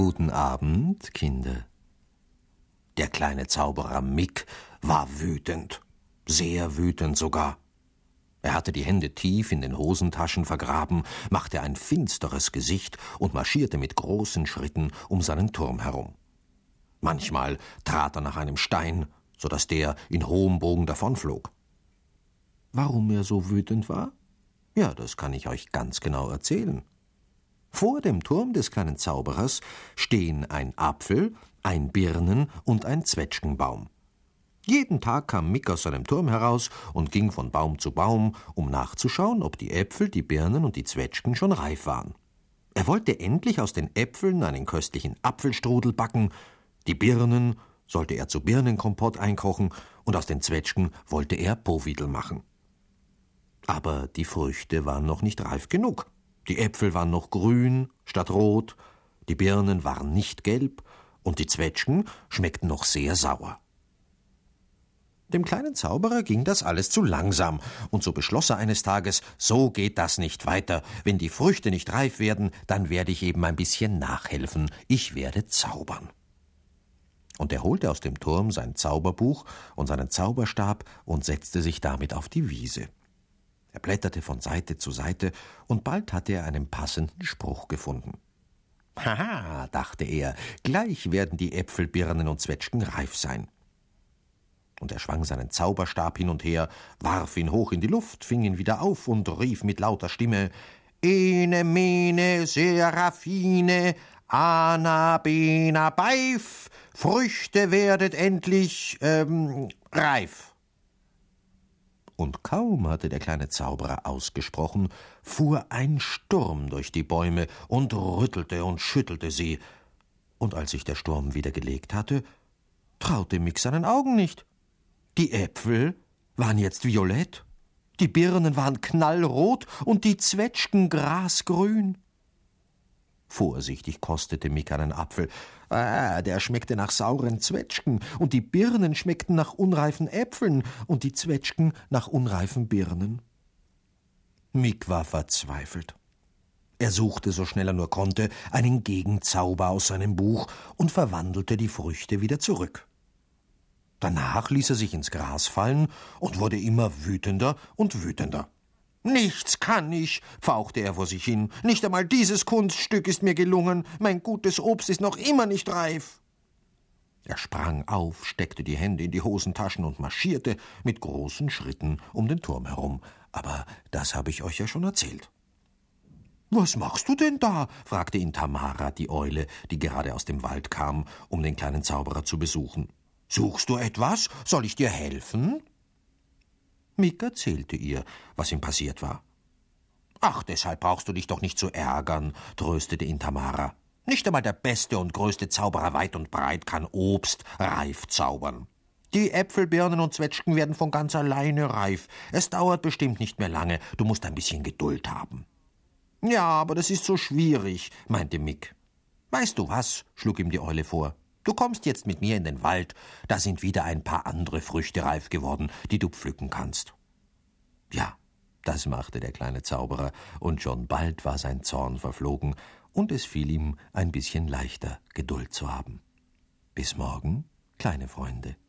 Guten Abend, Kinder. Der kleine Zauberer Mick war wütend, sehr wütend sogar. Er hatte die Hände tief in den Hosentaschen vergraben, machte ein finsteres Gesicht und marschierte mit großen Schritten um seinen Turm herum. Manchmal trat er nach einem Stein, so dass der in hohem Bogen davonflog. Warum er so wütend war? Ja, das kann ich euch ganz genau erzählen. Vor dem Turm des kleinen Zauberers stehen ein Apfel, ein Birnen- und ein Zwetschgenbaum. Jeden Tag kam Mick aus seinem Turm heraus und ging von Baum zu Baum, um nachzuschauen, ob die Äpfel, die Birnen und die Zwetschgen schon reif waren. Er wollte endlich aus den Äpfeln einen köstlichen Apfelstrudel backen, die Birnen sollte er zu Birnenkompott einkochen und aus den Zwetschgen wollte er Povidel machen. Aber die Früchte waren noch nicht reif genug. Die Äpfel waren noch grün statt rot, die Birnen waren nicht gelb und die Zwetschgen schmeckten noch sehr sauer. Dem kleinen Zauberer ging das alles zu langsam, und so beschloss er eines Tages, so geht das nicht weiter. Wenn die Früchte nicht reif werden, dann werde ich eben ein bisschen nachhelfen. Ich werde zaubern. Und er holte aus dem Turm sein Zauberbuch und seinen Zauberstab und setzte sich damit auf die Wiese. Er blätterte von Seite zu Seite, und bald hatte er einen passenden Spruch gefunden. »Haha«, dachte er, »gleich werden die Äpfel, Birnen und Zwetschgen reif sein.« Und er schwang seinen Zauberstab hin und her, warf ihn hoch in die Luft, fing ihn wieder auf und rief mit lauter Stimme, »Ene, mene, Seraphine, Ana, bena, beif, Früchte werdet endlich, reif.« Und kaum hatte der kleine Zauberer ausgesprochen, fuhr ein Sturm durch die Bäume und rüttelte und schüttelte sie. Und als sich der Sturm wieder gelegt hatte, traute Mick seinen Augen nicht. Die Äpfel waren jetzt violett, die Birnen waren knallrot und die Zwetschgen grasgrün. Vorsichtig kostete Mick einen Apfel. Der schmeckte nach sauren Zwetschgen, und die Birnen schmeckten nach unreifen Äpfeln, und die Zwetschgen nach unreifen Birnen. Mick war verzweifelt. Er suchte, so schnell er nur konnte, einen Gegenzauber aus seinem Buch und verwandelte die Früchte wieder zurück. Danach ließ er sich ins Gras fallen und wurde immer wütender und wütender. »Nichts kann ich«, pfauchte er vor sich hin. »Nicht einmal dieses Kunststück ist mir gelungen. Mein gutes Obst ist noch immer nicht reif.« Er sprang auf, steckte die Hände in die Hosentaschen und marschierte mit großen Schritten um den Turm herum. Aber das habe ich euch ja schon erzählt. »Was machst du denn da?« fragte ihn Tamara, die Eule, die gerade aus dem Wald kam, um den kleinen Zauberer zu besuchen. »Suchst du etwas? Soll ich dir helfen?« Mick erzählte ihr, was ihm passiert war. »Ach, deshalb brauchst du dich doch nicht zu ärgern«, tröstete ihn Tamara. »Nicht einmal der beste und größte Zauberer weit und breit kann Obst reif zaubern. Die Äpfel, Birnen und Zwetschgen werden von ganz alleine reif. Es dauert bestimmt nicht mehr lange, du musst ein bisschen Geduld haben.« »Ja, aber das ist so schwierig«, meinte Mick. »Weißt du was«, schlug ihm die Eule vor, »du kommst jetzt mit mir in den Wald, da sind wieder ein paar andere Früchte reif geworden, die du pflücken kannst.« Ja, das machte der kleine Zauberer, und schon bald war sein Zorn verflogen, und es fiel ihm ein bisschen leichter, Geduld zu haben. Bis morgen, kleine Freunde.